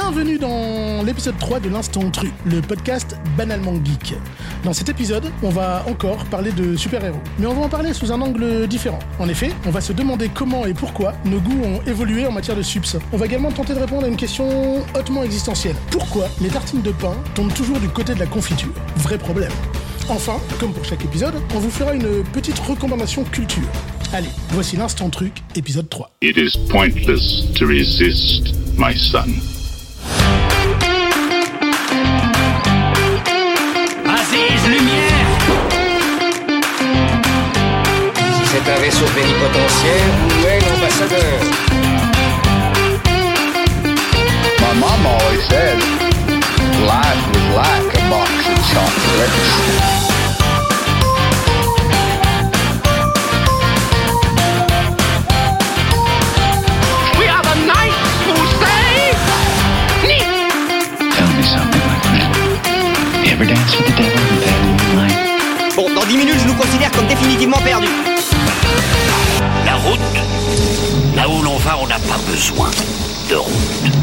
Bienvenue dans l'épisode 3 de l'Instant Truc, le podcast banalement geek. Dans cet épisode, on va encore parler de super-héros, mais on va en parler sous un angle différent. En effet, on va se demander comment et pourquoi nos goûts ont évolué en matière de subs. On va également tenter de répondre à une question hautement existentielle. Pourquoi les tartines de pain tombent toujours du côté de la confiture ? Vrai problème. Enfin, comme pour chaque épisode, on vous fera une petite recommandation culture. Allez, voici l'Instant Truc, épisode 3. It is pointless to resist, my son. Aziz, lumière! Si c'est un vaisseau plénipotentiaire, où est l'ambassadeur? My mom always said, life was like a box of chocolates. Dance with the devil in the moonlight. Bon, dans 10 minutes, je nous considère comme définitivement perdus. La route, là où l'on va, on n'a pas besoin de route.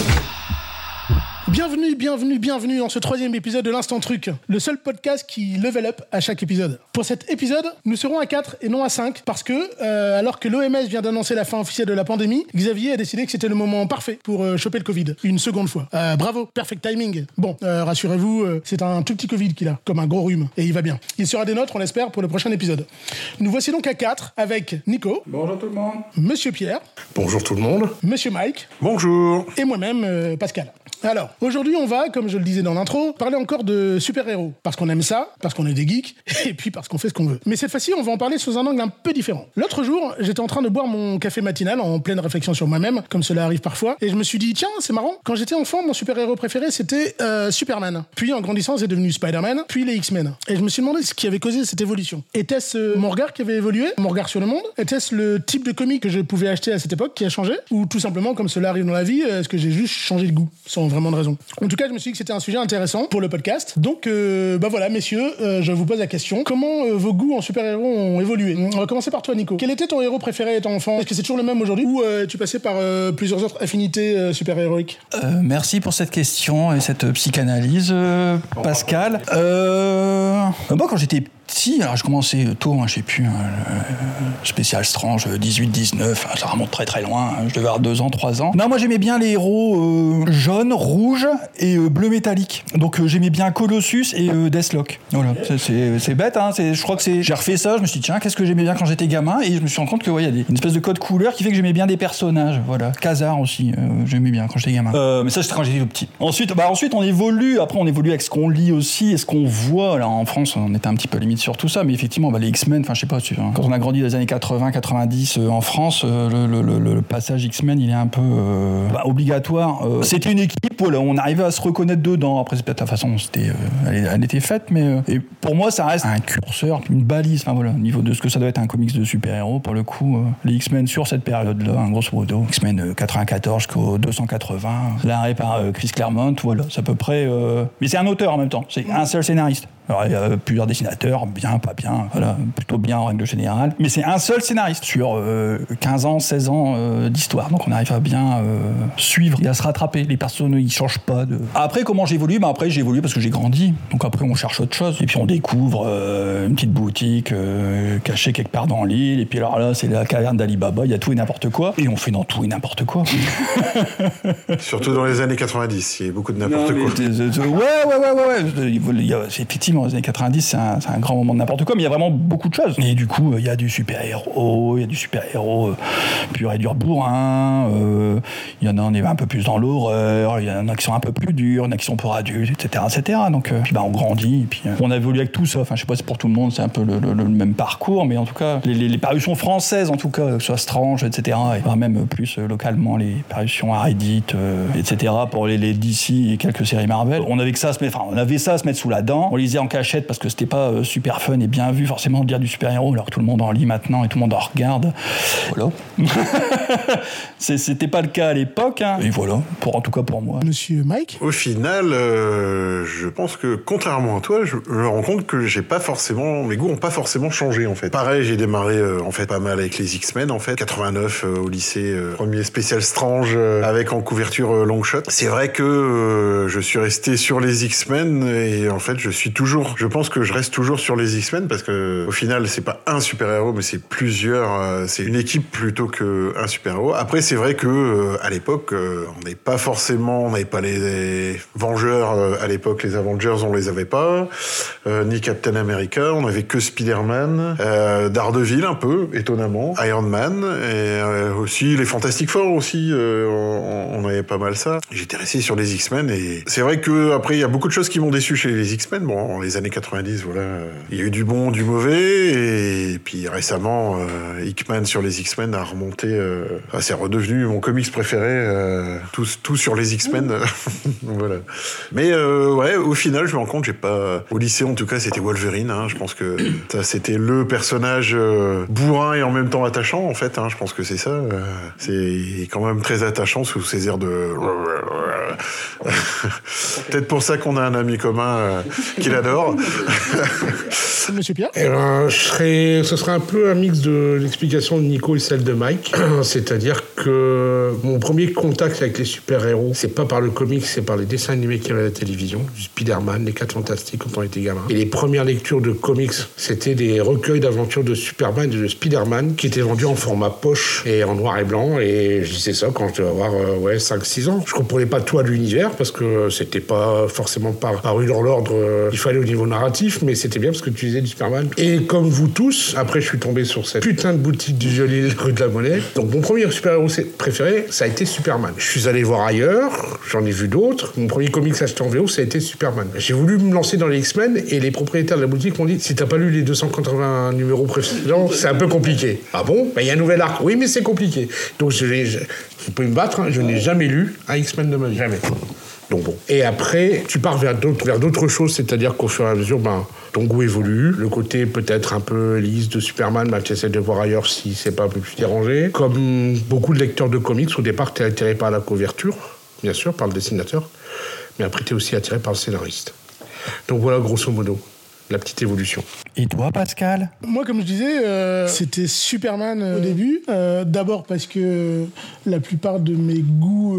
Bienvenue dans ce troisième épisode de l'Instant Truc, le seul podcast qui level up à chaque épisode. Pour cet épisode, nous serons à 4 et non à 5 parce que, alors que l'OMS vient d'annoncer la fin officielle de la pandémie, Xavier a décidé que c'était le moment parfait pour choper le Covid, une seconde fois. Bravo, perfect timing. Bon, rassurez-vous, c'est un tout petit Covid qu'il a, comme un gros rhume, et il va bien. Il sera des nôtres, on l'espère, pour le prochain épisode. Nous voici donc à 4 avec Nico. Bonjour tout le monde. Monsieur Pierre. Bonjour tout le monde. Monsieur Mike. Bonjour. Et moi-même, Pascal. Alors, aujourd'hui, on va, comme je le disais dans l'intro, parler encore de super-héros. Parce qu'on aime ça, parce qu'on est des geeks, et puis parce qu'on fait ce qu'on veut. Mais cette fois-ci, on va en parler sous un angle un peu différent. L'autre jour, j'étais en train de boire mon café matinal en pleine réflexion sur moi-même, comme cela arrive parfois, et je me suis dit, tiens, c'est marrant, quand j'étais enfant, mon super-héros préféré, c'était Superman. Puis, en grandissant, c'est devenu Spider-Man, puis les X-Men. Et je me suis demandé ce qui avait causé cette évolution. Était-ce mon regard qui avait évolué, mon regard sur le monde? Était-ce le type de comic que je pouvais acheter à cette époque qui a changé? Ou tout simplement, comme cela arrive dans la vie, est-ce que j'ai juste changé de goût, sans vraiment de raison? En tout cas, je me suis dit que c'était un sujet intéressant pour le podcast. Donc, voilà, messieurs, je vous pose la question. Comment vos goûts en super-héros ont évolué? On va commencer par toi, Nico. Quel était ton héros préféré étant enfant? Est-ce que c'est toujours le même aujourd'hui? Ou tu passais par plusieurs autres affinités super-héroïques? Merci pour cette question et cette psychanalyse, Pascal. Moi, quand j'étais petit, alors je commençais tôt, je sais plus, le spécial Strange, 18-19, ça remonte très très loin, je devais avoir 2 ans, 3 ans. Non, moi j'aimais bien les héros jaunes, rouges et bleu métallique. Donc j'aimais bien Colossus et Deathlock. Voilà, c'est bête, je crois que j'ai refait ça, je me suis dit tiens, qu'est-ce que j'aimais bien quand j'étais gamin, et je me suis rendu compte que il y a une espèce de code couleur qui fait que j'aimais bien des personnages. Voilà, Khazar aussi, j'aimais bien quand j'étais gamin. Mais ça c'était quand j'étais petit. Ensuite on évolue avec ce qu'on lit aussi et ce qu'on voit. Là en France, on était un petit peu limite sur tout ça, mais effectivement les X-Men, je sais pas, quand on a grandi dans les années 80-90 en France, le passage X-Men il est un peu obligatoire. C'était une équipe, voilà, on arrivait à se reconnaître dedans. Après c'est peut-être la façon elle était faite, mais et pour moi ça reste un curseur, une balise, au niveau de ce que ça doit être un comics de super-héros. Pour le coup, les X-Men sur cette période-là, grosso modo, X-Men 94 jusqu'au 280, l'arrêt par Chris Claremont, voilà, c'est à peu près. Mais c'est un auteur en même temps, c'est un seul scénariste. Alors, il y a plusieurs dessinateurs, bien, pas bien, voilà, plutôt bien en règle générale. Mais c'est un seul scénariste sur 15 ans, 16 ans d'histoire. Donc on arrive à bien suivre et à se rattraper. Les personnes, ils changent pas de... Après, comment j'évolue? Après, j'évolue parce que j'ai grandi. Donc après, on cherche autre chose. Et puis on découvre une petite boutique cachée quelque part dans l'île. Et puis alors là, c'est la caverne d'Ali Baba. Il y a tout et n'importe quoi. Et on fait dans tout et n'importe quoi. Surtout dans les années 90, il y a beaucoup de n'importe quoi. Ouais. Effectivement, les années 90, c'est un grand moment de n'importe quoi, mais il y a vraiment beaucoup de choses. Et du coup, il y a du super-héros, pur et dur bourrin, il y en a, on est un peu plus dans l'horreur, il y en a qui sont un peu plus durs, il y en a qui sont pour adultes, etc. Donc, puis on grandit, et puis on a évolué avec tout ça. Je sais pas si pour tout le monde, c'est un peu le même parcours, mais en tout cas, les parutions françaises, en tout cas, que ce soit Strange, etc., et même plus localement, les parutions à Reddit, etc., pour les DC et quelques séries Marvel. On avait ça à se mettre sous la dent, on lisait en cachette parce que c'était pas super fun et bien vu forcément de lire du super-héros alors que tout le monde en lit maintenant et tout le monde en regarde. Voilà. C'était pas le cas à l'époque, hein. Et voilà, en tout cas pour moi. Monsieur Mike ? Au final, je pense que contrairement à toi, je me rends compte que mes goûts ont pas forcément changé en fait. Pareil, j'ai démarré en fait pas mal avec les X-Men en fait. 89 au lycée, premier spécial Strange avec en couverture long shot. C'est vrai que je suis resté sur les X-Men et en fait je pense que je reste toujours sur les X-Men parce que au final c'est pas un super-héros mais c'est plusieurs, c'est une équipe plutôt qu'un super-héros. Après c'est vrai que à l'époque on n'avait pas les Vengeurs à l'époque, les Avengers on les avait pas, ni Captain America, on avait que Spider-Man, Daredevil un peu étonnamment, Iron Man et aussi les Fantastic Four aussi, on avait pas mal ça. J'étais resté sur les X-Men et c'est vrai que après il y a beaucoup de choses qui m'ont déçu chez les X-Men. Bon, les années 90, voilà, il y a eu du bon, du mauvais et puis récemment Hickman sur les X-Men a remonté, c'est redevenu mon comics préféré, tout sur les X-Men. Voilà. Mais ouais, au final, je me rends compte, au lycée en tout cas, c'était Wolverine. Hein, je pense que ça, c'était le personnage bourrin et en même temps attachant en fait. Hein, je pense que c'est ça. C'est quand même très attachant sous ses airs de. Peut-être pour ça qu'on a un ami commun qu'il adore. Monsieur Pierre ? Ce serait un peu un mix de l'explication de Nico et celle de Mike. C'est-à-dire que mon premier contact avec les super-héros, c'est pas par le comics, c'est par les dessins animés qu'il y avait à la télévision, du Spider-Man, les 4 Fantastiques quand on était gamin. Et les premières lectures de comics, c'était des recueils d'aventures de Superman et de Spider-Man qui étaient vendus en format poche et en noir et blanc. Et je disais ça quand je devais avoir 5-6 ans. Je comprenais pas tout à l'univers parce que c'était pas forcément paru dans l'ordre qu'il fallait au niveau narratif, mais c'était bien parce que tu disais du Superman. Et comme vous tous, après je suis tombé sur cette putain de boutique du Vieux-Lille rue de la Monnaie. Donc mon premier super-héros préféré, ça a été Superman. Je suis allé voir ailleurs, j'en ai vu d'autres. Mon premier comics acheté en VO, ça a été Superman. J'ai voulu me lancer dans les X-Men et les propriétaires de la boutique m'ont dit si t'as pas lu les 280 numéros précédents, c'est un peu compliqué. Ah bon ? Il y a un nouvel arc. Oui, mais c'est compliqué. Donc vous pouvez me battre, hein, je n'ai jamais lu un X-Men de ma vie. Jamais. Donc bon. Et après, tu pars vers d'autres choses, c'est-à-dire qu'au fur et à mesure, ton goût évolue. Le côté peut-être un peu lisse de Superman, tu essaies de voir ailleurs si c'est pas un peu plus dérangé. Comme beaucoup de lecteurs de comics, au départ, tu es attiré par la couverture, bien sûr, par le dessinateur, mais après, tu es aussi attiré par le scénariste. Donc voilà, grosso modo, la petite évolution. Et toi, Pascal ? Moi, comme je disais, c'était Superman au début. D'abord parce que la plupart de mes goûts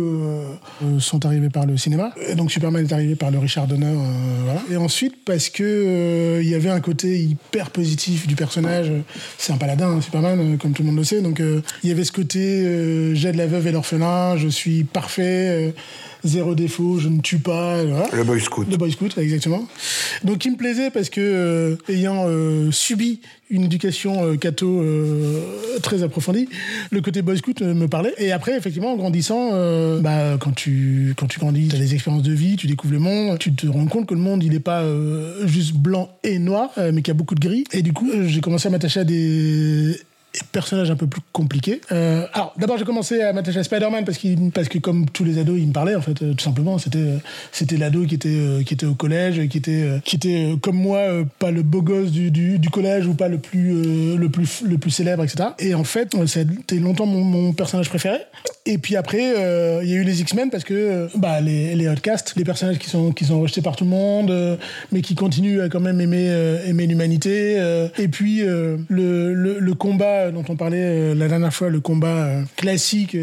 sont arrivés par le cinéma. Et donc Superman est arrivé par le Richard Donner. Voilà. Et ensuite parce que il y avait un côté hyper positif du personnage. C'est un paladin, Superman, comme tout le monde le sait. Donc il y avait ce côté j'aide la veuve et l'orphelin, je suis parfait. Zéro défaut, je ne tue pas. Voilà. Le Boy Scout. Le Boy Scout, exactement. Donc il me plaisait parce que, ayant subi une éducation catho très approfondie, le côté Boy Scout me parlait. Et après, effectivement, en grandissant, quand tu grandis, tu as des expériences de vie, tu découvres le monde, tu te rends compte que le monde, il n'est pas juste blanc et noir, mais qu'il y a beaucoup de gris. Et du coup, j'ai commencé à m'attacher à des personnage un peu plus compliqué. Alors, d'abord, j'ai commencé à m'attacher à Spider-Man parce que comme tous les ados, il me parlait, en fait, tout simplement. C'était l'ado qui était au collège, qui était comme moi, pas le beau gosse du collège ou pas le plus célèbre, etc. Et en fait, ça a été longtemps mon personnage préféré. Et puis après, il y a eu les X-Men parce que les outcasts, les personnages qui sont rejetés par tout le monde, mais qui continuent à quand même aimer l'humanité. Et puis le combat dont on parlait la dernière fois, le combat classique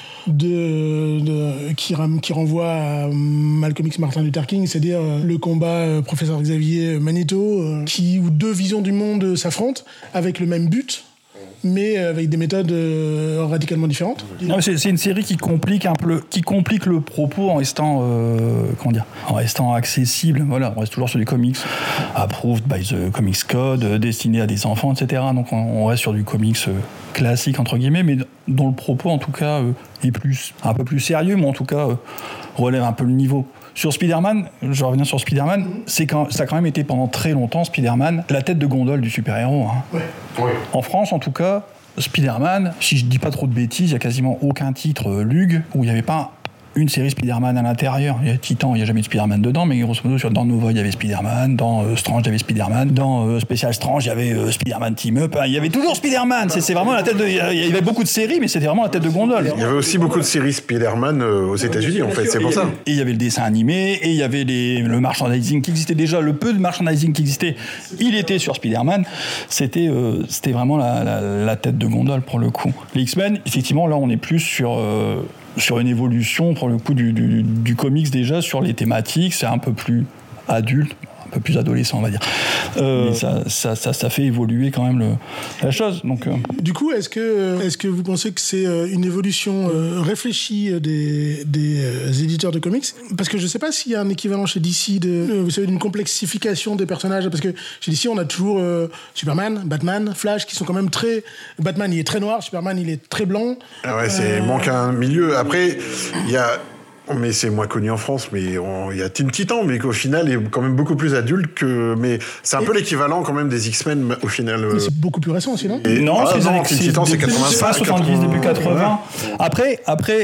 qui renvoie à Malcolm X, Martin Luther King, c'est-à-dire le combat professeur Xavier Magneto, où deux visions du monde s'affrontent avec le même but, mais avec des méthodes radicalement différentes. Non, c'est une série qui complique le propos en restant accessible. Voilà, on reste toujours sur du comics approved by the Comics Code, destiné à des enfants, etc. Donc on reste sur du comics classique entre guillemets, mais dont le propos en tout cas est un peu plus sérieux, mais en tout cas relève un peu le niveau. Sur Spider-Man, je reviens sur Spider-Man, ça a quand même été pendant très longtemps, Spider-Man, la tête de gondole du super-héros. Hein. Ouais. En France, en tout cas, Spider-Man, si je dis pas trop de bêtises, il y a quasiment aucun titre Lug où il n'y avait pas une série Spider-Man à l'intérieur. Il y a Titan, il n'y a jamais de Spider-Man dedans, mais grosso modo, dans Nova, il y avait Spider-Man, dans Strange, il y avait Spider-Man, dans Special Strange, il y avait Spider-Man Team Up, il y avait toujours Spider-Man. C'est vraiment la tête de... Il y avait beaucoup de séries, mais c'était vraiment la tête de gondole. Il y avait aussi beaucoup de séries Spider-Man aux États-Unis, en fait, c'est pour ça. Et il y avait le dessin animé, et il y avait le merchandising qui existait déjà, le peu de merchandising qui existait, il était sur Spider-Man. C'était vraiment la tête de gondole, pour le coup. Les X-Men, effectivement, là, on est plus sur une évolution, pour le coup, du comics déjà, sur les thématiques. C'est un peu plus adulte, un peu plus adolescent, on va dire. Ça fait évoluer quand même la chose. Donc, Du coup, est-ce que vous pensez que c'est une évolution réfléchie des éditeurs de comics? Parce que je ne sais pas s'il y a un équivalent chez DC vous savez, d'une complexification des personnages. Parce que chez DC, on a toujours Superman, Batman, Flash, qui sont quand même très... Batman, il est très noir, Superman, il est très blanc. Ah ouais, manque un milieu. Après, il y a... Mais c'est moins connu en France, mais il y a Teen Titan, mais qu'au final est quand même beaucoup plus adulte que... Mais c'est un peu l'équivalent quand même des X-Men au final. Mais c'est beaucoup plus récent aussi, non? Non, Teen Titan c'est 85, 70, début 80. Après,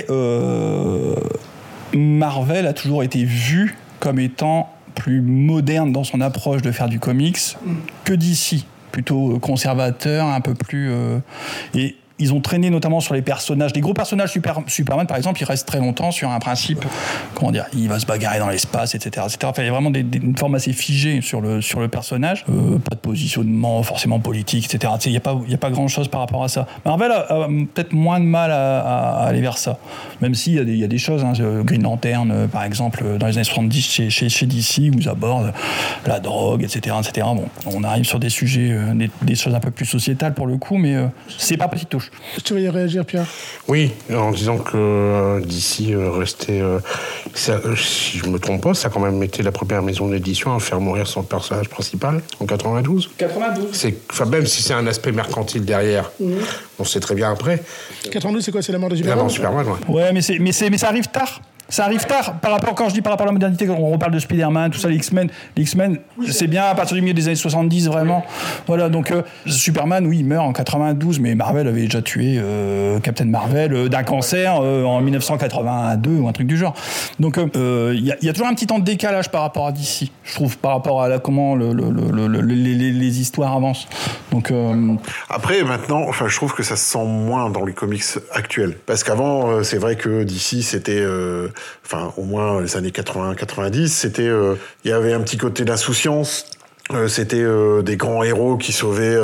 Marvel a toujours été vu comme étant plus moderne dans son approche de faire du comics que DC, plutôt conservateur, un peu plus... Et ils ont traîné notamment sur les personnages. Les gros personnages Superman, par exemple, il reste très longtemps sur un principe, comment dire, il va se bagarrer dans l'espace, etc. Enfin, il y a vraiment une forme assez figée sur le personnage. Pas de positionnement forcément politique, etc. Il n'y a pas grand-chose par rapport à ça. Marvel a peut-être moins de mal à aller vers ça. Même s'il y a des choses, hein, Green Lantern, par exemple, dans les années 70 chez DC, où ils abordent la drogue, etc. Bon, on arrive sur des sujets, des choses un peu plus sociétales pour le coup, mais c'est pas petite touche. Tu vas y réagir, Pierre? Oui, en disant que d'ici restait... si je me trompe pas, ça a quand même été la première maison d'édition à faire mourir son personnage principal en 92. 92. Même si c'est un aspect mercantile derrière, on sait très bien après. 92, c'est quoi? C'est la mort de Superman? La mort de Superman, ouais. Ouais, mais ça arrive tard. Ça arrive tard, quand je dis par rapport à la modernité, quand on reparle de Spider-Man, tout ça, les X-Men, c'est bien à partir du milieu des années 70, vraiment. Voilà, donc Superman, oui, il meurt en 92, mais Marvel avait déjà tué Captain Marvel d'un cancer en 1982 ou un truc du genre. Donc il y a toujours un petit temps de décalage par rapport à DC, je trouve, par rapport à comment les histoires avancent. Donc, Après, maintenant, je trouve que ça se sent moins dans les comics actuels. Parce qu'avant, c'est vrai que DC, c'était... au moins les années 80-90, c'était, il y avait un petit côté d'insouciance. C'était des grands héros qui sauvaient,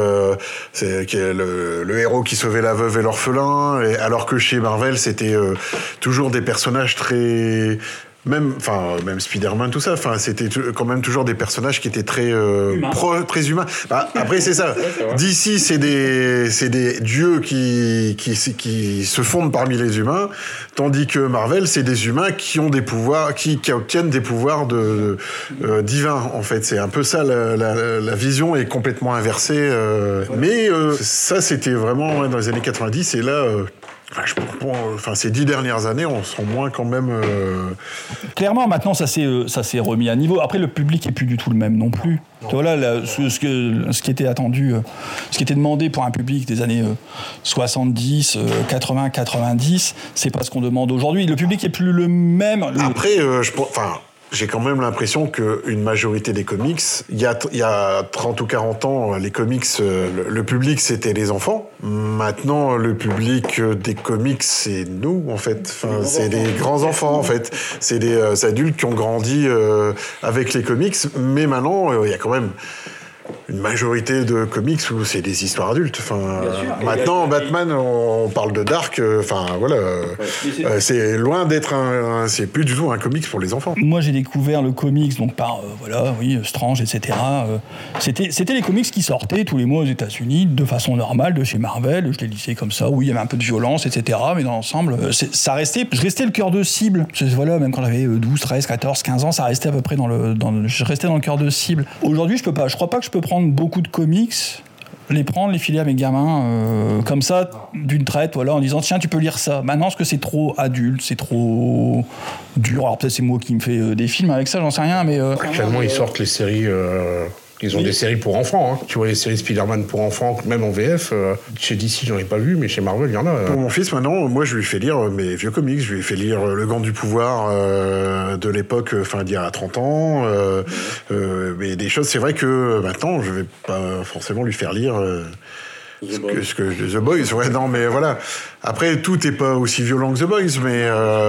le héros qui sauvait la veuve et l'orphelin, alors que chez Marvel, c'était toujours des personnages très... Même Spider-Man, tout ça, c'était quand même toujours des personnages qui étaient très très humains. Après, c'est ça. DC, c'est des dieux qui se fondent parmi les humains, tandis que Marvel, c'est des humains qui ont des pouvoirs, qui obtiennent des pouvoirs divins. En fait, c'est un peu ça. La vision est complètement inversée. Mais ça, c'était vraiment dans les années 90. Et là. Ces 10 dernières années, on sent moins quand même... Clairement, maintenant, ça s'est remis à niveau. Après, le public n'est plus du tout le même non plus. Voilà, ce qui était attendu, ce qui était demandé pour un public des années 70, 80, 90, c'est pas ce qu'on demande aujourd'hui. Le public n'est plus le même. Après, j'ai quand même l'impression qu'une majorité des comics, il y a 30 ou 40 ans, les comics, le public, c'était les enfants. Maintenant, le public des comics, c'est nous, en fait. C'est des grands-enfants, en fait. C'est des adultes qui ont grandi avec les comics. Mais maintenant, il y a quand même une majorité de comics où c'est des histoires adultes. Maintenant, Batman, on parle de Dark. C'est loin d'être c'est plus du tout un comics pour les enfants. Moi, j'ai découvert le comics donc par Strange, etc. C'était les comics qui sortaient tous les mois aux États-Unis de façon normale de chez Marvel. Je les lisais comme ça. Oui, il y avait un peu de violence, etc. Mais dans l'ensemble, je restais le cœur de cible. Même quand j'avais 12, 13, 14, 15 ans, ça restait à peu près je restais dans le cœur de cible. Aujourd'hui, je crois pas que je peux prendre beaucoup de comics, les filer à mes gamins comme ça d'une traite, en disant tiens, tu peux lire ça. Maintenant, parce que c'est trop adulte, c'est trop dur. Alors peut-être c'est moi qui me fais des films avec ça, j'en sais rien, mais actuellement ils sortent les séries Ils ont des séries pour enfants. Hein. Tu vois les séries Spider-Man pour enfants, même en VF. Chez DC, j'en ai pas vu, mais chez Marvel, il y en a. Pour mon fils, maintenant, moi, je lui fais lire mes vieux comics. Je lui fais lire Le Gant du Pouvoir de l'époque, d'il y a 30 ans. Mais des choses, c'est vrai que maintenant, je vais pas forcément lui faire lire... The Boys, ouais, non, mais voilà. Après, tout est pas aussi violent que The Boys, mais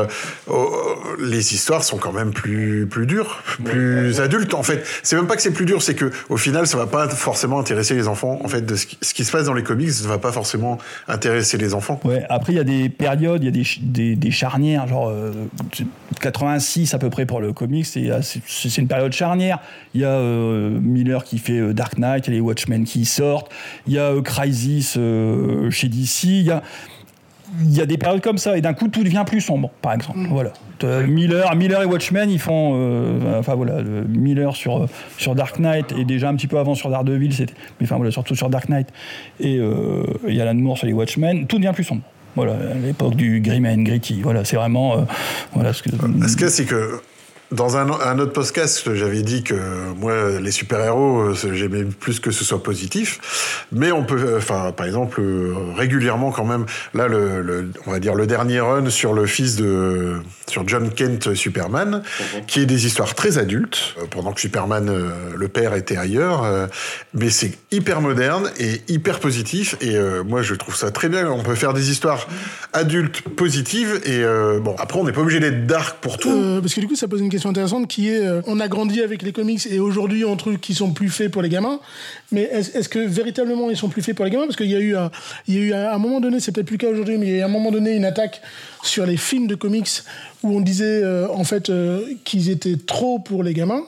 les histoires sont quand même plus dures, plus adultes. En fait, c'est même pas que c'est plus dur, c'est que au final, ça va pas forcément intéresser les enfants. En fait, ce qui se passe dans les comics ne va pas forcément intéresser les enfants. Ouais. Après, il y a des périodes, il y a des charnières, genre 86 à peu près pour le comics. C'est une période charnière. Il y a Miller qui fait Dark Knight, il y a les Watchmen qui sortent, il y a Crisis chez DC, il y a des périodes comme ça, et d'un coup tout devient plus sombre, par exemple. Voilà. Miller et Watchmen, ils font Miller sur Dark Knight, et déjà un petit peu avant sur Daredevil, surtout sur Dark Knight, et Alan Moore sur les Watchmen, tout devient plus sombre. Voilà, à l'époque du grim and gritty. Voilà, c'est vraiment ce que c'est que dans un autre podcast, j'avais dit que moi, les super-héros, j'aimais plus que ce soit positif. Mais on peut, par exemple, régulièrement quand même, là, on va dire le dernier run sur le fils sur John Kent Superman, qui est des histoires très adultes, pendant que Superman, le père, était ailleurs. Mais c'est hyper moderne et hyper positif. Et moi, je trouve ça très bien. On peut faire des histoires adultes positives. Et après, on n'est pas obligé d'être dark pour tout. Parce que du coup, ça pose une question intéressante qui est on a grandi avec les comics et aujourd'hui on trouve qu'ils sont plus faits pour les gamins, mais est-ce que véritablement ils sont plus faits pour les gamins? Parce qu'il y a eu à un moment donné, c'est peut-être plus le cas aujourd'hui, mais il y a eu à un moment donné une attaque sur les films de comics où on disait qu'ils étaient trop pour les gamins.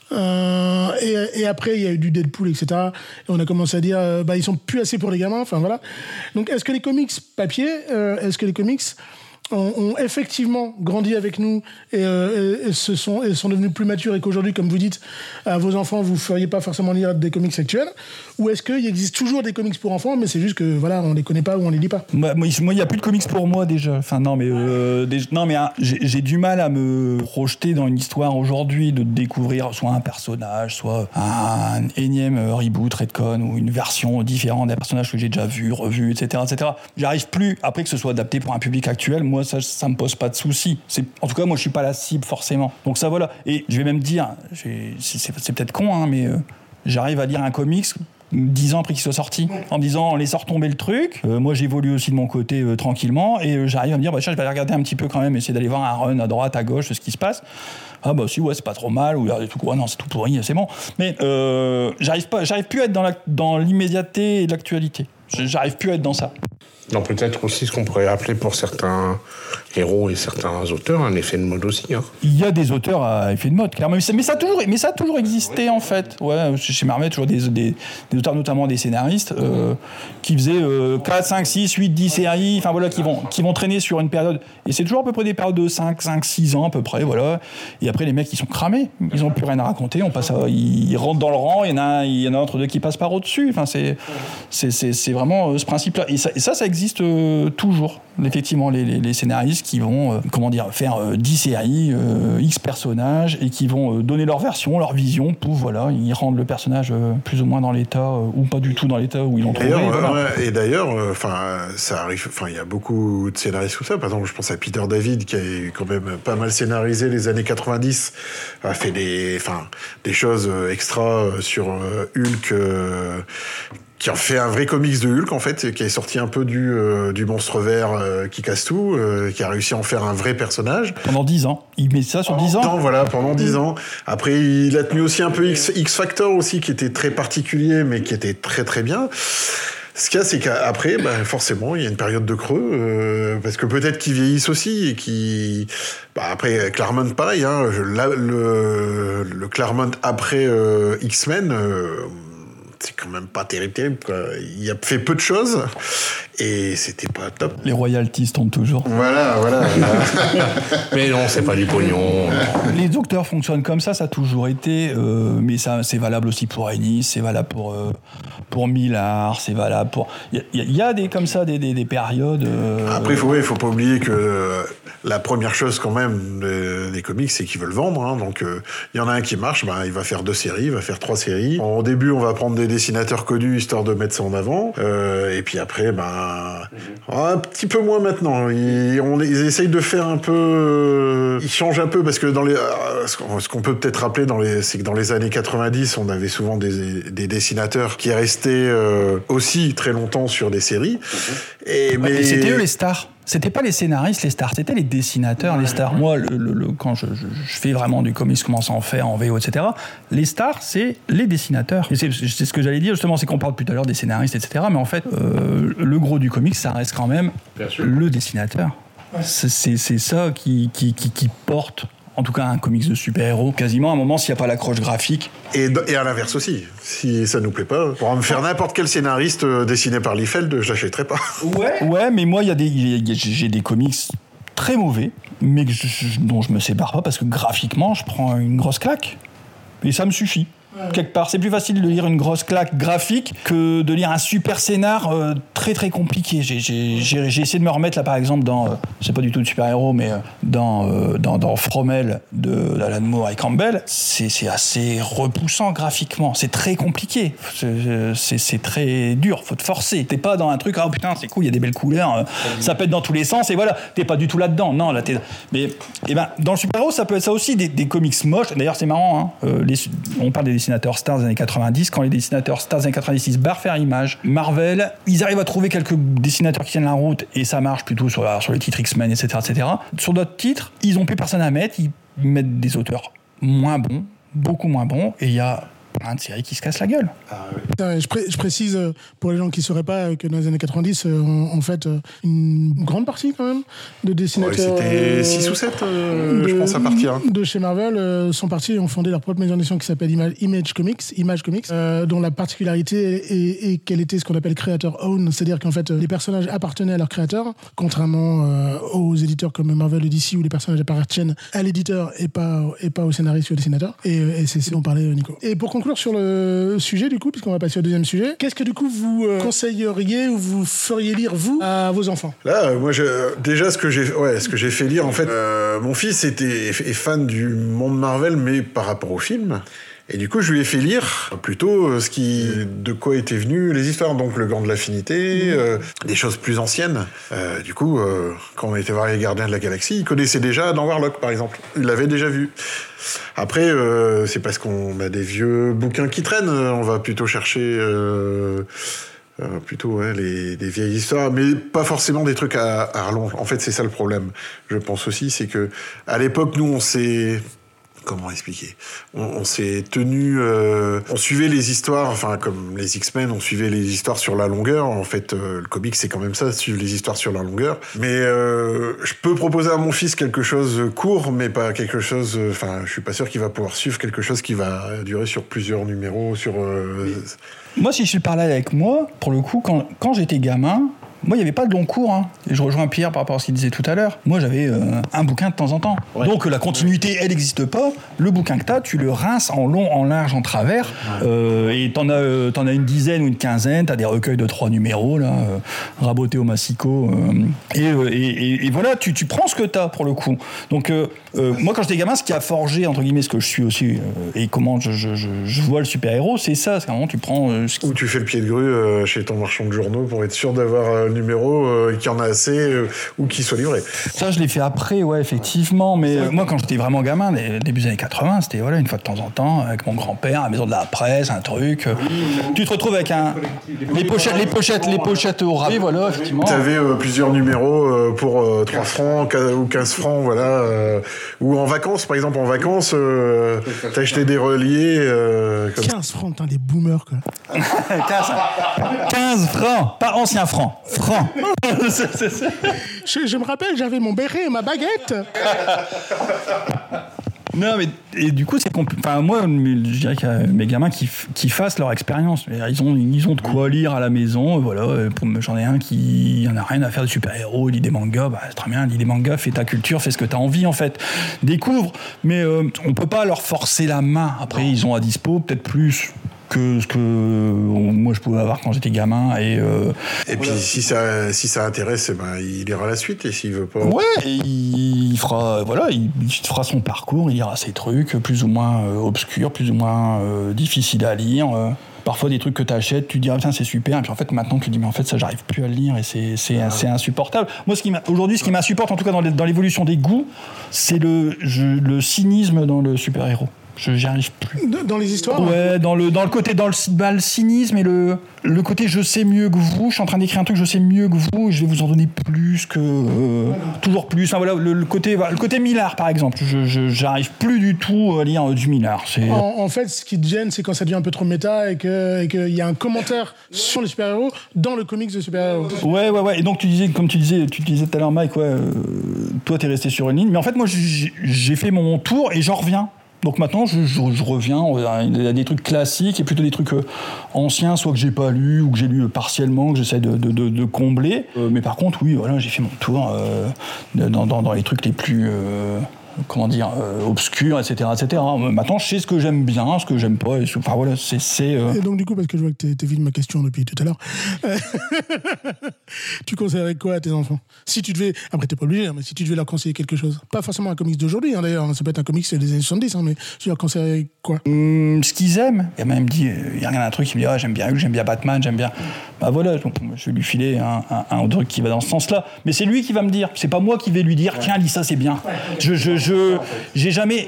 Et après il y a eu du Deadpool, etc. Et on a commencé à dire ils sont plus assez pour les gamins. Enfin voilà. Donc est-ce que les comics papier, est-ce que les comics ont effectivement grandi avec nous et sont devenus plus matures, et qu'aujourd'hui, comme vous dites, à vos enfants, vous ne feriez pas forcément lire des comics actuels? Ou est-ce qu'il existe toujours des comics pour enfants, mais c'est juste que voilà, on les connaît pas ou on les lit pas? Moi, il n'y a plus de comics pour moi déjà. Enfin non, mais j'ai du mal à me projeter dans une histoire aujourd'hui, de découvrir soit un personnage, soit un énième reboot, retcon, ou une version différente d'un personnage que j'ai déjà vu, revu, etc., etc. J'arrive plus, après que ce soit adapté pour un public actuel. Moi, ça me pose pas de soucis. En tout cas, moi, je suis pas la cible forcément. Donc ça, voilà. Et je vais même dire, c'est peut-être con, mais j'arrive à lire un comics 10 ans après qu'il soit sorti, en me disant, on laisse retomber le truc. Moi, j'évolue aussi de mon côté tranquillement, et j'arrive à me dire, je vais aller regarder un petit peu quand même, essayer d'aller voir un run à droite, à gauche, ce qui se passe. Ah si, ouais, c'est pas trop mal, ou il y a des trucs, non, c'est tout pourri, c'est bon. Mais j'arrive plus à être dans l'immédiateté et l'actualité. J'arrive plus à être dans ça. Donc peut-être aussi ce qu'on pourrait appeler pour certains héros et certains auteurs un effet de mode aussi. Hein. Il y a des auteurs à effet de mode, clairement. Mais ça a toujours existé, en fait. Ouais, chez Marvel, toujours des auteurs, notamment des scénaristes, qui faisaient 4, 5, 6, 8, 10 séries, qui vont traîner sur une période. Et c'est toujours à peu près des périodes de 5, 6 ans à peu près, voilà. Et après, les mecs, ils sont cramés. Ils n'ont plus rien à raconter. Ils rentrent dans le rang, il y en a entre deux qui passent par au-dessus. Enfin, c'est vraiment ce principe-là. Et ça existe toujours. Effectivement, les scénaristes qui vont faire 10 séries, X personnages, et qui vont donner leur version, leur vision, ils rendent le personnage plus ou moins dans l'état, ou pas du tout dans l'état où ils l'ont trouvé. Et d'ailleurs, ça arrive, il y a beaucoup de scénaristes comme ça. Par exemple, je pense à Peter David, qui a quand même pas mal scénarisé les années 90, a fait des choses extra sur Hulk, qui a fait un vrai comics de Hulk, en fait, qui est sorti un peu du monstre vert qui casse tout, qui a réussi à en faire un vrai personnage. Pendant 10 ans. Il met ça sur 10 ans. Pendant 10 ans. Après, il a tenu aussi un peu X-Factor aussi, qui était très particulier, mais qui était très très bien. Ce qu'il y a, c'est qu'après, forcément, il y a une période de creux, parce que peut-être qu'ils vieillissent aussi, et qui... après, Claremont, pareil, hein, le Claremont après X-Men... c'est quand même pas terrible, quoi. Il a fait peu de choses et c'était pas top. Les royalties tombent toujours. Voilà. Mais non, c'est pas du pognon. Les auteurs fonctionnent comme ça a toujours été, mais ça, c'est valable aussi pour Ennis, c'est valable pour Millard, c'est valable pour... Il y a des comme ça, des périodes... Après, il faut pas oublier que la première chose quand même des comics, c'est qu'ils veulent vendre. Hein. Donc, il y en a un qui marche, il va faire 2 séries, il va faire 3 séries. Au début, on va prendre des dessinateurs connus, histoire de mettre ça en avant. Et puis après, un petit peu moins maintenant. Ils essayent de faire un peu... ils changent un peu, parce que ce qu'on peut peut-être rappeler, c'est que dans les années 90, on avait souvent des dessinateurs qui restaient aussi très longtemps sur des séries. Mais c'était eux les stars. C'était pas les scénaristes, les stars, c'était les dessinateurs, les stars. Moi, quand je fais vraiment du comics, je commence à en faire en VO, etc., les stars, c'est les dessinateurs. Et c'est ce que j'allais dire, justement, c'est qu'on parle plus tout à l'heure des scénaristes, etc., mais en fait, le gros du comics, ça reste quand même le dessinateur. Ouais. C'est ça qui porte... En tout cas, un comics de super-héros. Quasiment, à un moment, s'il n'y a pas l'accroche graphique. Et à l'inverse aussi. Si ça nous plaît pas, pour me faire n'importe quel scénariste dessiné par Liefeld, je l'achèterai pas. Ouais, mais moi, j'ai des comics très mauvais, mais dont je me sépare pas parce que graphiquement, je prends une grosse claque. Et ça me suffit. Quelque part, c'est plus facile de lire une grosse claque graphique que de lire un super scénar très très compliqué. J'ai essayé de me remettre là par exemple dans, c'est pas du tout de super-héros, mais dans Fromel de Alan Moore et Campbell, c'est assez repoussant graphiquement. C'est très compliqué. C'est très dur. Faut te forcer. T'es pas dans un truc, oh putain, c'est cool, il y a des belles couleurs, ça pète dans tous les sens et voilà. T'es pas du tout là-dedans. Non, là t'es. Mais dans le super-héros, ça peut être ça aussi, des comics moches. D'ailleurs, c'est marrant. Hein, on parle des dessinateurs stars des années 90, quand les dessinateurs stars des années 90 barrent faire Image, Marvel, ils arrivent à trouver quelques dessinateurs qui tiennent la route et ça marche plutôt sur les titres X-Men, etc., etc. Sur d'autres titres, ils ont plus personne à mettre, ils mettent des auteurs moins bons, beaucoup moins bons, et il y a plein de séries qui se cassent la gueule. Je précise pour les gens qui ne sauraient pas que dans les années 90, en fait, une grande partie quand même de dessinateurs. C'était 6 ou 7, je pense, à partir. De chez Marvel sont partis et ont fondé leur propre maison d'édition qui s'appelle Image Comics, dont la particularité est qu'elle était ce qu'on appelle creator own, c'est-à-dire qu'en fait, les personnages appartenaient à leur créateur, contrairement aux éditeurs comme Marvel et DC où les personnages appartiennent à l'éditeur et pas au scénariste ou au dessinateur. Et c'est ce dont parlait Nico. Et pour conclure sur le sujet, du coup, puisqu'on va passer au deuxième sujet, qu'est-ce que, du coup, vous conseilleriez ou vous feriez lire, vous, à vos enfants ? Là, moi, déjà, ce que j'ai fait lire, en fait, mon fils est fan du monde Marvel, mais par rapport au film. Et du coup, je lui ai fait lire plutôt de quoi étaient venues les histoires. Donc, le Gant de l'Affinité, des choses plus anciennes. Du coup, quand on était voir les Gardiens de la Galaxie, il connaissait déjà dans Warlock, par exemple. Il l'avait déjà vu. Après, c'est parce qu'on a des vieux bouquins qui traînent. On va plutôt chercher des vieilles histoires, mais pas forcément des trucs à rallonge. En fait, c'est ça le problème. Je pense aussi, c'est que à l'époque, nous, on s'est... Comment expliquer ? On s'est tenu... on suivait les histoires, enfin, comme les X-Men, on suivait les histoires sur la longueur. En fait, le comic, c'est quand même ça, suivre les histoires sur la longueur. Mais je peux proposer à mon fils quelque chose court, mais pas quelque chose... Enfin, je suis pas sûr qu'il va pouvoir suivre quelque chose qui va durer sur plusieurs numéros, sur... Moi, si je suis parallèle avec moi, pour le coup, quand j'étais gamin... Moi, il n'y avait pas de long cours. Hein. Et je rejoins Pierre par rapport à ce qu'il disait tout à l'heure. Moi, j'avais un bouquin de temps en temps. Ouais. Donc, la continuité, elle n'existe pas. Le bouquin que tu as, tu le rinces en long, en large, en travers. Ouais. Et t'en as une dizaine ou une quinzaine. Tu as des recueils de 3 numéros, là, rabotés au massicot. Et voilà, tu prends ce que tu as, pour le coup. Donc, moi, quand j'étais gamin, ce qui a forgé, entre guillemets, ce que je suis aussi, et comment je vois le super-héros, c'est ça. C'est qu'à un moment, tu prends... Ou tu fais le pied de grue chez ton marchand de journaux pour être sûr d'avoir... numéro qu'il y en a assez ou qu'il soit livré. Ça, je l'ai fait après, ouais, effectivement. Mais moi, quand j'étais vraiment gamin, début des années 80, c'était une fois de temps en temps, avec mon grand-père, à la maison de la presse, un truc. Tu te retrouves avec les pochettes au rabais, voilà, effectivement. Tu avais plusieurs numéros pour 3 francs ou 15 francs, voilà. Ou en vacances, par exemple, t'achetais des reliés. 15 francs, t'es des boomers, quoi. 15 francs, pas ancien francs. Franc. Je me rappelle, j'avais mon béret et ma baguette. Non, mais et du coup, c'est enfin, moi, je dirais qu'il y a mes gamins qui fassent leur expérience. Ils ont de quoi lire à la maison. Voilà, j'en ai un qui en a rien à faire de super-héros, il lit des mangas. Bah, c'est très bien, lis des mangas, fais ta culture, fais ce que tu as envie, en fait. Découvre. Mais on peut pas leur forcer la main. Après, ils ont à dispo peut-être plus que ce que moi je pouvais avoir quand j'étais gamin. Et puis si ça intéresse, il lira la suite, et s'il veut pas... Ouais, et il fera son parcours, il lira ses trucs plus ou moins obscurs, plus ou moins difficiles à lire. Parfois des trucs que tu achètes, tu te dis tiens c'est super, et puis en fait maintenant tu te dis mais en fait ça j'arrive plus à le lire, et c'est insupportable. Moi aujourd'hui ce qui m'insupporte en tout cas dans l'évolution des goûts, c'est le cynisme dans le super-héros. J'y arrive plus. Dans les histoires? Ouais, dans le côté, le cynisme et le côté je sais mieux que vous, je suis en train d'écrire un truc, je sais mieux que vous, et je vais vous en donner plus que... toujours plus. Enfin, voilà, le côté Millard, par exemple. J'arrive plus du tout à lire du Millard. En fait, ce qui te gêne, c'est quand ça devient un peu trop méta et qu'il y a un commentaire sur les super-héros dans le comics de super-héros. Ouais. Et donc, tu disais tout à l'heure, Mike, toi, t'es resté sur une ligne. Mais en fait, moi, j'ai fait mon tour et j'en reviens. Donc maintenant, je reviens, il y a des trucs classiques et plutôt des trucs anciens, soit que j'ai pas lu ou que j'ai lu partiellement, que j'essaie de combler. Mais par contre, oui, voilà, j'ai fait mon tour dans les trucs les plus... obscurs, etc. Maintenant, je sais ce que j'aime bien, ce que j'aime pas. Enfin, voilà, Et donc, du coup, parce que je vois que t'évites ma question depuis tout à l'heure, tu conseillerais quoi à tes enfants? Si tu devais... Après, t'es pas obligé, mais si tu devais leur conseiller quelque chose. Pas forcément un comics d'aujourd'hui, d'ailleurs. Ça peut être un comics des années 70, mais tu leur conseillerais quoi? Ce qu'ils aiment. Il m'a même dit... Il regarde un truc, il me dit j'aime bien Hulk, j'aime bien Batman, j'aime bien... Bah voilà, donc, je vais lui filer un truc qui va dans ce sens-là. Mais c'est lui qui va me dire. C'est pas moi qui vais lui dire tiens, lis ça, c'est bien. J'ai jamais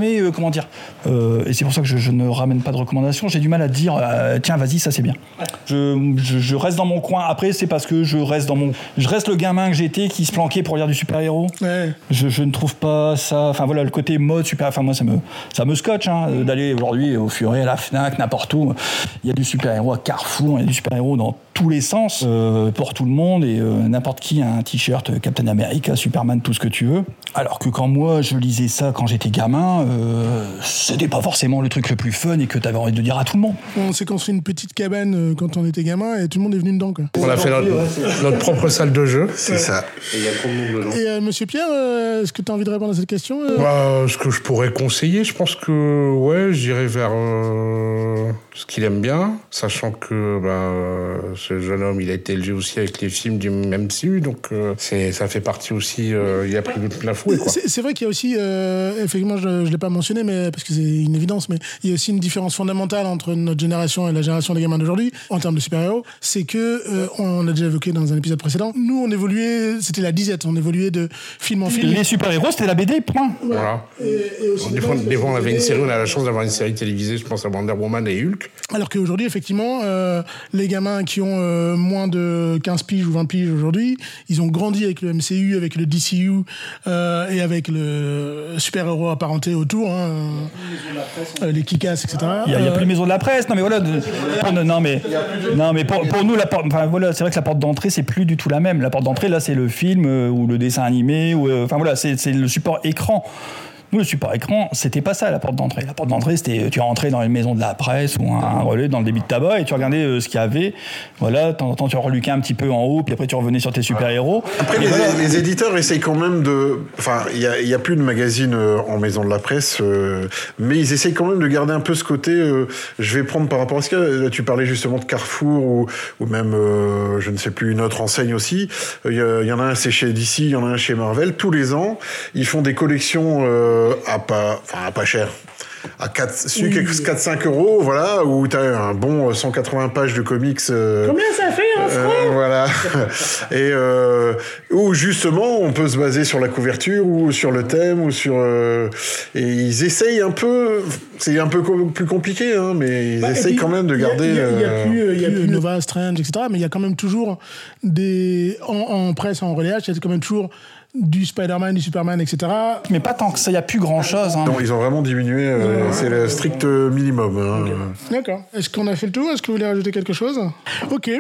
et c'est pour ça que je ne ramène pas de recommandations, j'ai du mal à dire tiens vas-y ça c'est bien. Je reste dans mon coin. Après c'est parce que je reste le gamin que j'étais qui se planquait pour lire du super-héros. Ouais. Je ne trouve pas ça, enfin voilà, le côté mode super, enfin moi ça me scotche d'aller aujourd'hui au Furet, à la Fnac, n'importe où, il y a du super-héros à Carrefour, il y a du super-héros dans tous les sens, pour tout le monde, et n'importe qui a un t-shirt Captain America, Superman, tout ce que tu veux. Alors que quand moi je lisais ça quand j'étais gamin, c'était pas forcément le truc le plus fun et que t'avais envie de dire à tout le monde. On s'est construit une petite cabane quand on était gamin et tout le monde est venu dedans, quoi. On a fait notre propre salle de jeu. C'est ça. Et il y a trop de monde dedans. Et monsieur Pierre, est-ce que tu as envie de répondre à cette question? Ce que je pourrais conseiller, je pense que j'irai vers ce qu'il aime bien, sachant que ce jeune homme, il a été élevé aussi avec les films du MCU, donc ça fait partie aussi, il a pris plein fouet, quoi. C'est vrai qu'il y a aussi, effectivement, je ne l'ai pas mentionné, mais parce que c'est une évidence, mais il y a aussi une différence fondamentale entre notre génération et la génération des gamins d'aujourd'hui, en termes de super-héros, c'est que, on l'a déjà évoqué dans un épisode précédent, nous on évoluait, c'était la disette, on évoluait de film en film. Les super-héros, c'était la BD, point. Voilà. Et aussi des fois, on avait une série, on a la chance d'avoir une série télévisée, je pense à Wonder Woman et Hulk. Alors qu'aujourd'hui, effectivement, les gamins qui ont moins de 15 piges ou 20 piges aujourd'hui, ils ont grandi avec le MCU, avec le DCU et avec le super-héros apparenté autour, les Kick-Ass, etc. Il n'y a plus de maison de la presse. Non mais voilà. Pour nous, c'est vrai que la porte d'entrée, c'est plus du tout la même. La porte d'entrée, là, c'est le film ou le dessin animé. C'est le support écran. Nous, le support écran, c'était pas ça, la porte d'entrée. La porte d'entrée, c'était tu rentrais dans une maison de la presse ou un relais dans le débit de tabac et tu regardais ce qu'il y avait. Voilà, de temps en temps, tu reluquais un petit peu en haut, puis après, tu revenais sur tes super-héros. Après, les éditeurs essayent quand même de... Enfin, il y a plus de magazines en maison de la presse, mais ils essayent quand même de garder un peu ce côté... je vais prendre par rapport à ce que tu parlais justement de Carrefour ou même, je ne sais plus, une autre enseigne aussi. Il y en a un, c'est chez DC, il y en a un chez Marvel. Tous les ans, ils font des collections... à pas cher, à 4-5 euros, voilà, où t'as un bon 180 pages de comics. Combien ça fait en francs voilà. Et où justement on peut se baser sur la couverture ou sur le thème ou sur. Et ils essayent un peu. C'est un peu plus compliqué, mais ils essayent quand même de garder. Il y a plus Nova, Strange, etc. Mais il y a quand même toujours des en presse, en relayage, il y a quand même toujours du Spider-Man, du Superman, etc. Mais pas tant que ça, il n'y a plus grand-chose. Non, ils ont vraiment diminué, c'est le strict minimum. Okay. D'accord. Est-ce qu'on a fait le tour? Est-ce que vous voulez rajouter quelque chose? Ok.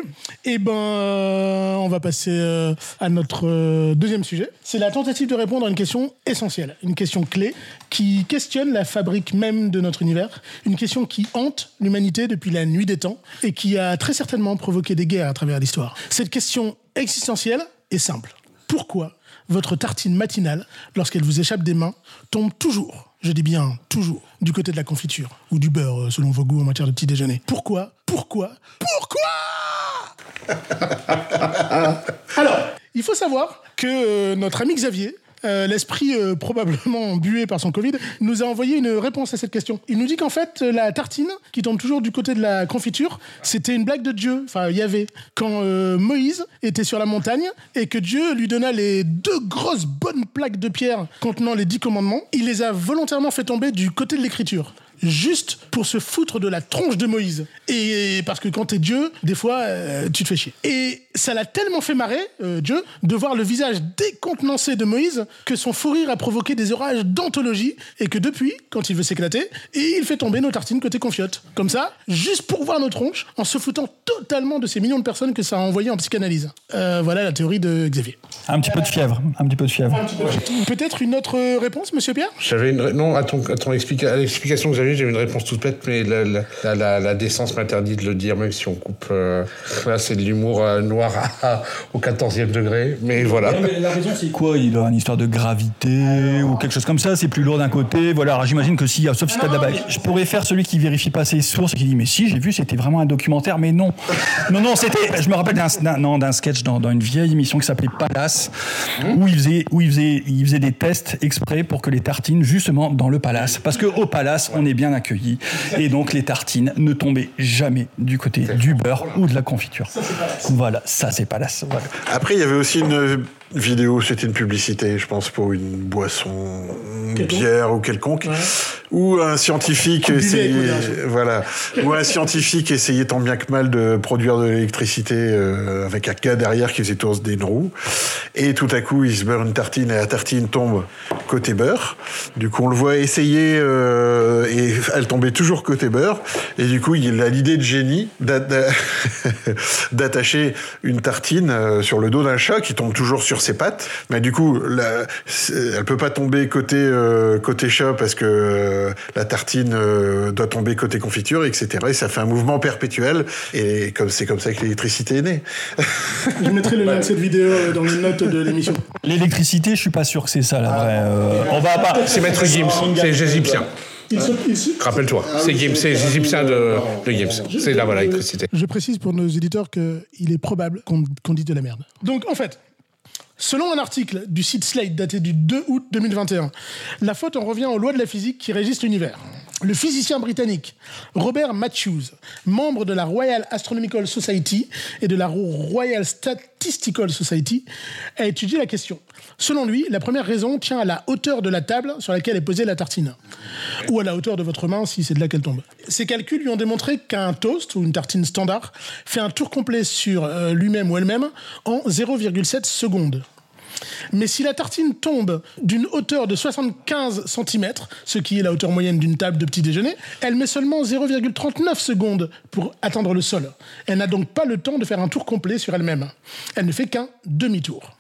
On va passer à notre deuxième sujet. C'est la tentative de répondre à une question essentielle, une question clé qui questionne la fabrique même de notre univers, une question qui hante l'humanité depuis la nuit des temps et qui a très certainement provoqué des guerres à travers l'histoire. Cette question existentielle est simple. Pourquoi votre tartine matinale, lorsqu'elle vous échappe des mains, tombe toujours, je dis bien toujours, du côté de la confiture ou du beurre, selon vos goûts en matière de petit déjeuner. Pourquoi Alors, il faut savoir que notre ami Xavier, l'esprit probablement bué par son Covid, nous a envoyé une réponse à cette question. Il nous dit qu'en fait, la tartine, qui tombe toujours du côté de la confiture, c'était une blague de Dieu, enfin Yahvé, quand Moïse était sur la montagne et que Dieu lui donna les 2 grosses bonnes plaques de pierre contenant les 10 commandements, il les a volontairement fait tomber du côté de l'écriture. Juste pour se foutre de la tronche de Moïse. Et parce que quand t'es Dieu, des fois, tu te fais chier. Et ça l'a tellement fait marrer, Dieu, de voir le visage décontenancé de Moïse, que son fou rire a provoqué des orages d'anthologie, et que depuis, quand il veut s'éclater, il fait tomber nos tartines côté confiote. Comme ça, juste pour voir nos tronches, en se foutant totalement de ces millions de personnes que ça a envoyé en psychanalyse. Voilà la théorie de Xavier. Un petit peu de fièvre. Peut-être une autre réponse, monsieur Pierre ? Non, à l'explication que j'avais, j'ai une réponse toute bête, mais la décence m'interdit de le dire, même si on coupe. Là, c'est de l'humour noir au 14e degré, mais voilà. Mais la raison, c'est quoi ? Il a une histoire de gravité ou quelque chose comme ça, c'est plus lourd d'un côté. Voilà, alors j'imagine que si, sauf si t'as de la bague. Je pourrais faire celui qui vérifie pas ses sources et qui dit, mais si, j'ai vu, c'était vraiment un documentaire, mais non. Non, c'était. Je me rappelle d'un sketch dans une vieille émission qui s'appelait Palace, où il faisait des tests exprès pour que les tartines, justement, dans le Palace. Parce qu'au Palace, on est bien accueillis. Et donc, les tartines ne tombaient jamais du côté du beurre ou de la confiture. Voilà, ça, c'est Palace. Voilà. Après, il y avait aussi une vidéo, c'était une publicité, je pense, pour une boisson, une bière ou quelconque, où un scientifique essayait tant bien que mal de produire de l'électricité avec un gars derrière qui faisait tourner une roue. Et tout à coup, il se beurre une tartine et la tartine tombe côté beurre. Du coup, on le voit essayer et elle tombait toujours côté beurre. Et du coup, il a l'idée de génie d'attacher une tartine sur le dos d'un chat qui tombe toujours sur ses pattes. Mais du coup, elle peut pas tomber côté chat parce que la tartine doit tomber côté confiture, etc. Et ça fait un mouvement perpétuel. Et c'est comme ça que l'électricité est née. Je mettrai le lien de cette vidéo dans les notes de l'émission. L'électricité, je suis pas sûr que c'est ça la vraie. On va pas. C'est Maître Gims, c'est les Égyptiens. Rappelle-toi, c'est les Égyptiens de Gims. C'est là, voilà, l'électricité. Je précise pour nos éditeurs qu'il est probable qu'on dise de la merde. Donc, en fait, selon un article du site Slate daté du 2 août 2021, la faute en revient aux lois de la physique qui régissent l'univers. Le physicien britannique Robert Matthews, membre de la Royal Astronomical Society et de la Royal Statistical Society, a étudié la question. Selon lui, la première raison tient à la hauteur de la table sur laquelle est posée la tartine, ou à la hauteur de votre main si c'est de là qu'elle tombe. Ces calculs lui ont démontré qu'un toast ou une tartine standard fait un tour complet sur lui-même ou elle-même en 0,7 secondes. Mais si la tartine tombe d'une hauteur de 75 cm, ce qui est la hauteur moyenne d'une table de petit déjeuner, elle met seulement 0,39 secondes pour atteindre le sol. Elle n'a donc pas le temps de faire un tour complet sur elle-même. Elle ne fait qu'un demi-tour.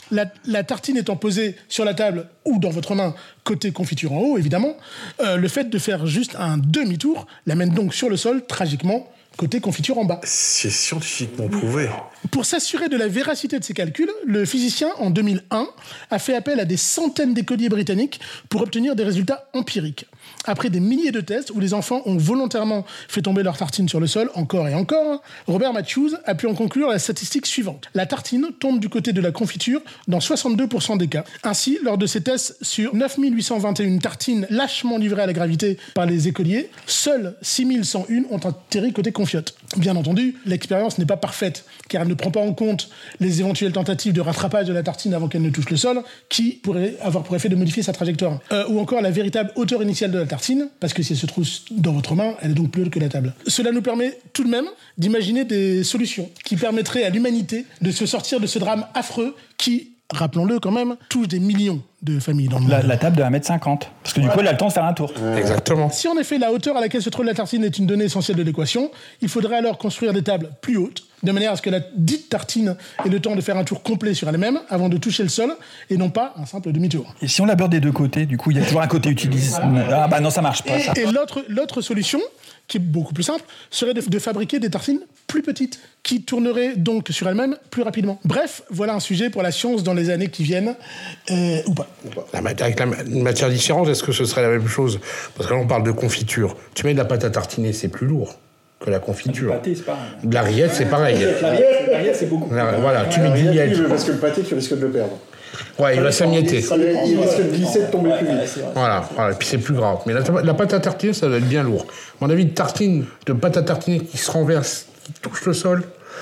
La tartine étant posée sur la table ou dans votre main, côté confiture en haut, évidemment, le fait de faire juste un demi-tour l'amène donc sur le sol, tragiquement, côté confiture en bas. C'est scientifiquement prouvé. Pour s'assurer de la véracité de ces calculs, le physicien, en 2001, a fait appel à des centaines d'écoliers britanniques pour obtenir des résultats empiriques. Après des milliers de tests où les enfants ont volontairement fait tomber leur tartine sur le sol, encore et encore, Robert Matthews a pu en conclure la statistique suivante. La tartine tombe du côté de la confiture dans 62% des cas. Ainsi, lors de ces tests sur 9821 tartines lâchement livrées à la gravité par les écoliers, seules 6101 ont atterri côté confiote. Bien entendu, l'expérience n'est pas parfaite, car elle ne prend pas en compte les éventuelles tentatives de rattrapage de la tartine avant qu'elle ne touche le sol, qui pourraient avoir pour effet de modifier sa trajectoire. Ou encore la véritable hauteur initiale de la tartine, parce que si elle se trouve dans votre main, elle est donc plus haute que la table. Cela nous permet tout de même d'imaginer des solutions qui permettraient à l'humanité de se sortir de ce drame affreux qui, rappelons-le quand même, touche des millions de familles dans le monde. La table de 1m50. Parce que du coup, elle a le temps de faire un tour. Exactement. Si en effet la hauteur à laquelle se trouve la tartine est une donnée essentielle de l'équation, il faudrait alors construire des tables plus hautes, de manière à ce que la dite tartine ait le temps de faire un tour complet sur elle-même avant de toucher le sol, et non pas un simple demi-tour. Et si on la beurre des deux côtés, du coup, il y a toujours un côté utilisé. Ah bah non, ça marche pas. Ça. Et l'autre solution, qui est beaucoup plus simple, serait de fabriquer des tartines plus petites, qui tourneraient donc sur elles-mêmes plus rapidement. Bref, voilà un sujet pour la science dans les années qui viennent, ou pas. Avec une matière différente, est-ce que ce serait la même chose? Parce que là, on parle de confiture. Tu mets de la pâte à tartiner, c'est plus lourd que la confiture. Le pâté, c'est pareil. De la rillette, c'est pareil. La rillette, c'est beaucoup. Voilà, tu mets de rillette. Parce que le pâté, tu risques de le perdre. Ouais, il va s'amietter. Il risque de glisser, de tomber plus vite. Voilà, et puis c'est plus grave. Mais la pâte à tartiner, ça doit être bien lourd. À mon avis, de pâte à tartiner qui se renverse, qui touche le sol,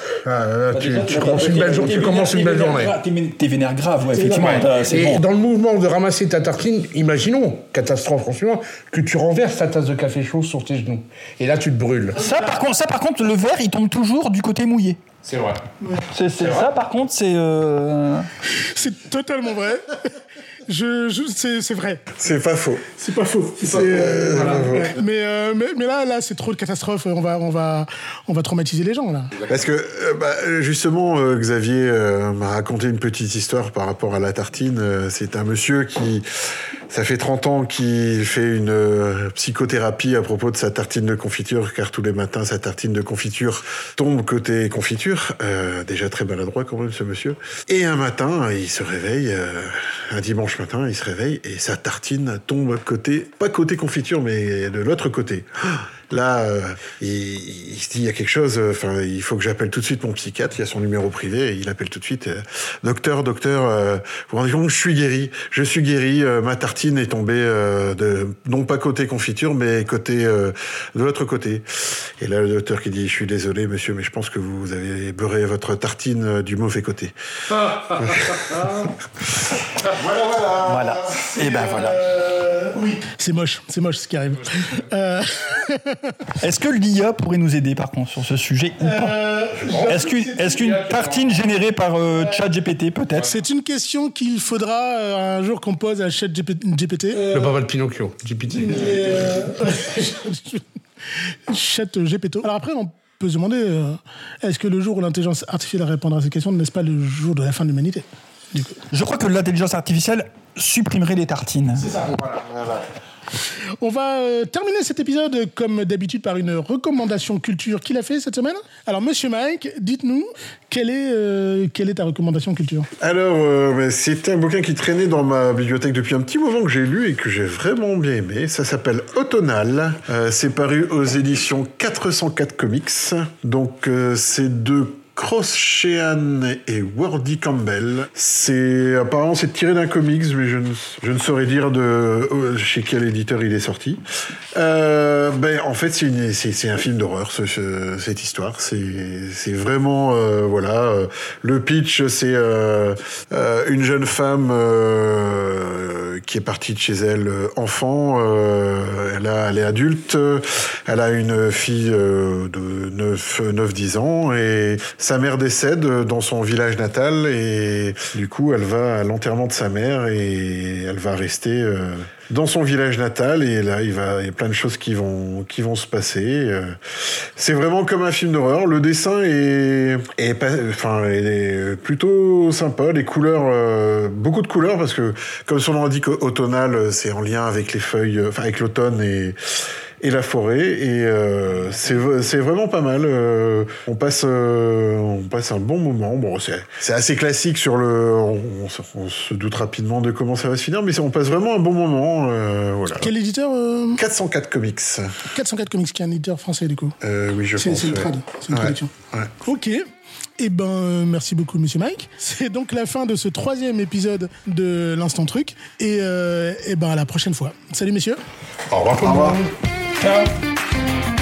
tu commences une belle journée. T'es vénère grave, ouais, effectivement. Et dans le mouvement de ramasser ta tartine, imaginons, catastrophe en suivant, que tu renverses ta tasse de café chaud sur tes genoux. Et là, tu te brûles. Ça, par contre, le verre, il tombe toujours du côté mouillé. C'est vrai. Ça, par contre, c'est... C'est totalement vrai. C'est vrai. C'est pas faux. C'est pas faux. Voilà. Mais là, c'est trop de catastrophes. On va traumatiser les gens, là. Parce que, justement, Xavier m'a raconté une petite histoire par rapport à la tartine. C'est un monsieur qui, ça fait 30 ans qu'il fait une psychothérapie à propos de sa tartine de confiture, car tous les matins, sa tartine de confiture tombe côté confiture. Déjà très maladroit quand même, ce monsieur. Et un matin, il se réveille, un dimanche matin, il se réveille et sa tartine tombe pas côté confiture, mais de l'autre côté. Là, il se dit, il y a quelque chose, il faut que j'appelle tout de suite mon psychiatre, il y a son numéro privé, et il appelle tout de suite, docteur, vous vous rendez compte, je suis guéri, ma tartine est tombée non pas côté confiture, mais de l'autre côté. Et là, le docteur qui dit, je suis désolé, monsieur, mais je pense que vous avez beurré votre tartine du mauvais côté. Voilà. Et ben voilà. Oui, c'est moche ce qui arrive. Est-ce que l'IA pourrait nous aider par contre sur ce sujet ou pas? Est-ce qu'une tartine générée par ChatGPT peut-être? C'est une question qu'il faudra un jour qu'on pose à ChatGPT. Le papa de Pinocchio, GPT. ChatGPT. Alors après, on peut se demander, est-ce que le jour où l'intelligence artificielle répondra à ces questions n'est-ce pas le jour de la fin de l'humanité? Je crois que l'intelligence artificielle supprimerait les tartines. C'est ça. Voilà. On va terminer cet épisode, comme d'habitude, par une recommandation culture qu'il a fait cette semaine. Alors, Monsieur Mike, dites-nous, quelle est ta recommandation culture? Alors, c'est un bouquin qui traînait dans ma bibliothèque depuis un petit moment que j'ai lu et que j'ai vraiment bien aimé. Ça s'appelle Automnal. C'est paru aux éditions 404 Comics. Donc, c'est de Cross Sheehan et Wardy Campbell. Apparemment, c'est tiré d'un comics, mais je ne saurais dire chez quel éditeur il est sorti. En fait, c'est un film d'horreur, cette histoire. C'est vraiment, le pitch, c'est une jeune femme qui est partie de chez elle enfant. Elle est adulte. Elle a une fille de 9-10 ans et sa mère décède dans son village natal et du coup elle va à l'enterrement de sa mère et elle va rester dans son village natal et là il y a plein de choses qui vont se passer. C'est vraiment comme un film d'horreur. Le dessin est plutôt sympa. Les couleurs, beaucoup de couleurs parce que comme son nom indique, automnal, c'est en lien avec les feuilles, avec l'automne et la forêt et c'est vraiment pas mal. On passe un bon moment. Bon, c'est assez classique sur on se doute rapidement de comment ça va se finir, mais on passe vraiment un bon moment. Voilà. Quel éditeur 404 Comics. 404 Comics, qui est un éditeur français du coup. Oui, je pense. C'est une trad, c'est une traduction. Ouais. Ok. Eh ben, merci beaucoup, Monsieur Mike. C'est donc la fin de ce 3e épisode de l'Instant Truc. Et à la prochaine fois. Salut, messieurs. Au revoir tout le monde. Ciao.